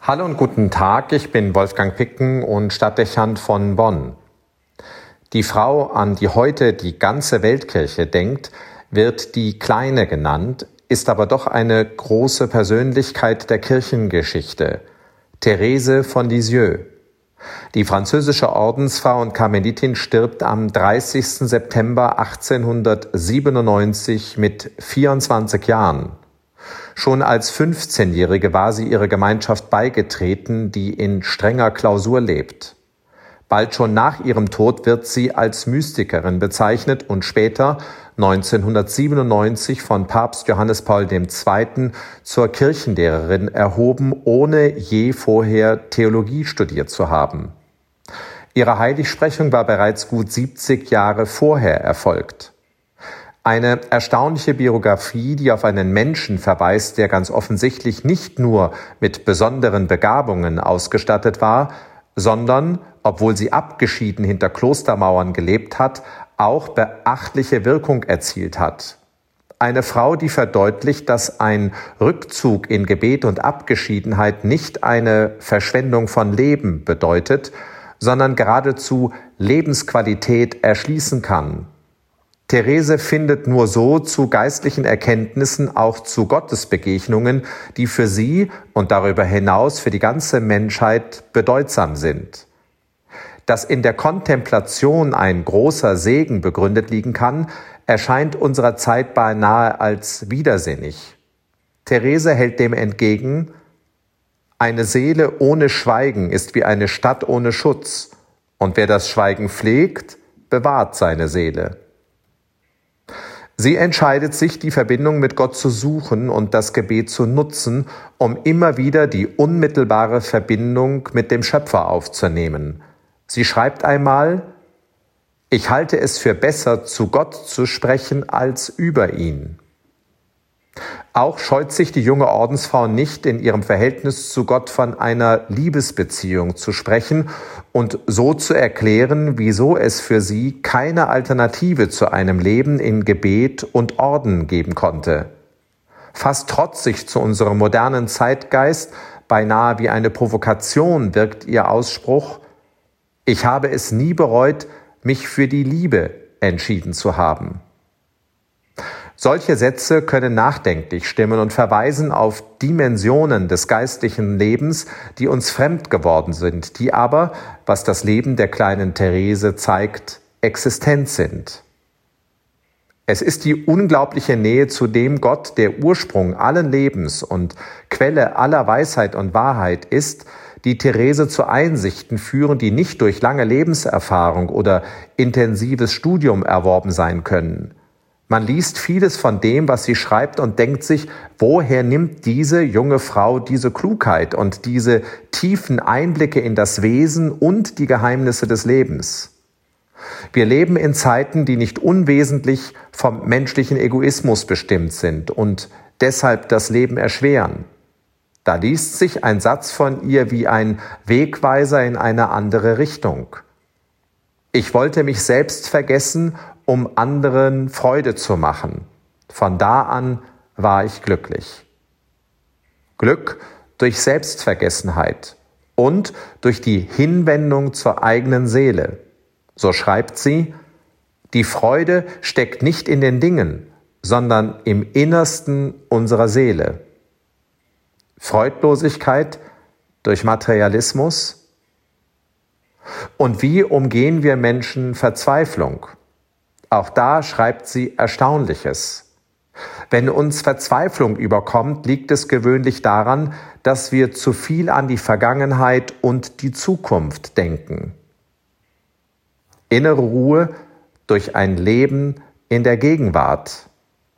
Hallo und guten Tag, ich bin Wolfgang Picken und Stadtdechant von Bonn. Die Frau, an die heute die ganze Weltkirche denkt, wird die Kleine genannt, ist aber doch eine große Persönlichkeit der Kirchengeschichte, Therese von Lisieux. Die französische Ordensfrau und Karmelitin stirbt am 30. September 1897 mit 24 Jahren. Schon als 15-Jährige war sie ihrer Gemeinschaft beigetreten, die in strenger Klausur lebt. Bald schon nach ihrem Tod wird sie als Mystikerin bezeichnet und später, 1997, von Papst Johannes Paul II. Zur Kirchenlehrerin erhoben, ohne je vorher Theologie studiert zu haben. Ihre Heiligsprechung war bereits gut 70 Jahre vorher erfolgt. Eine erstaunliche Biografie, die auf einen Menschen verweist, der ganz offensichtlich nicht nur mit besonderen Begabungen ausgestattet war, sondern, obwohl sie abgeschieden hinter Klostermauern gelebt hat, auch beachtliche Wirkung erzielt hat. Eine Frau, die verdeutlicht, dass ein Rückzug in Gebet und Abgeschiedenheit nicht eine Verschwendung von Leben bedeutet, sondern geradezu Lebensqualität erschließen kann. Therese findet nur so zu geistlichen Erkenntnissen, auch zu Gottesbegegnungen, die für sie und darüber hinaus für die ganze Menschheit bedeutsam sind. Dass in der Kontemplation ein großer Segen begründet liegen kann, erscheint unserer Zeit beinahe als widersinnig. Therese hält dem entgegen: Eine Seele ohne Schweigen ist wie eine Stadt ohne Schutz, und wer das Schweigen pflegt, bewahrt seine Seele. Sie entscheidet sich, die Verbindung mit Gott zu suchen und das Gebet zu nutzen, um immer wieder die unmittelbare Verbindung mit dem Schöpfer aufzunehmen. Sie schreibt einmal: Ich halte es für besser, zu Gott zu sprechen, als über ihn. Auch scheut sich die junge Ordensfrau nicht, in ihrem Verhältnis zu Gott von einer Liebesbeziehung zu sprechen und so zu erklären, wieso es für sie keine Alternative zu einem Leben in Gebet und Orden geben konnte. Fast trotzig zu unserem modernen Zeitgeist, beinahe wie eine Provokation wirkt ihr Ausspruch: Ich habe es nie bereut, mich für die Liebe entschieden zu haben. Solche Sätze können nachdenklich stimmen und verweisen auf Dimensionen des geistlichen Lebens, die uns fremd geworden sind, die aber, was das Leben der kleinen Therese zeigt, existent sind. Es ist die unglaubliche Nähe zu dem Gott, der Ursprung allen Lebens und Quelle aller Weisheit und Wahrheit ist, die Therese zu Einsichten führen, die nicht durch lange Lebenserfahrung oder intensives Studium erworben sein können. Man liest vieles von dem, was sie schreibt, und denkt sich, woher nimmt diese junge Frau diese Klugheit und diese tiefen Einblicke in das Wesen und die Geheimnisse des Lebens? Wir leben in Zeiten, die nicht unwesentlich vom menschlichen Egoismus bestimmt sind und deshalb das Leben erschweren. Da liest sich ein Satz von ihr wie ein Wegweiser in eine andere Richtung. Ich wollte mich selbst vergessen, um anderen Freude zu machen. Von da an war ich glücklich. Glück durch Selbstvergessenheit und durch die Hinwendung zur eigenen Seele. So schreibt sie: Die Freude steckt nicht in den Dingen, sondern im Innersten unserer Seele. Freudlosigkeit durch Materialismus? Und wie umgehen wir Menschen Verzweiflung? Auch da schreibt sie Erstaunliches. Wenn uns Verzweiflung überkommt, liegt es gewöhnlich daran, dass wir zu viel an die Vergangenheit und die Zukunft denken. Innere Ruhe durch ein Leben in der Gegenwart.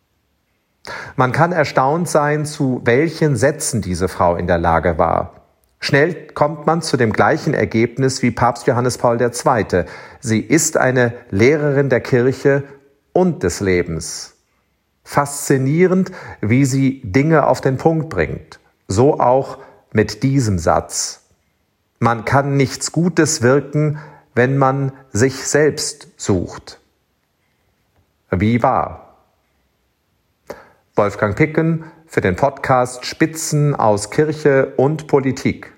Man kann erstaunt sein, zu welchen Sätzen diese Frau in der Lage war. Schnell kommt man zu dem gleichen Ergebnis wie Papst Johannes Paul II. Sie ist eine Lehrerin der Kirche und des Lebens. Faszinierend, wie sie Dinge auf den Punkt bringt. So auch mit diesem Satz: Man kann nichts Gutes wirken, wenn man sich selbst sucht. Wie wahr? Wolfgang Picken für den Podcast Spitzen aus Kirche und Politik.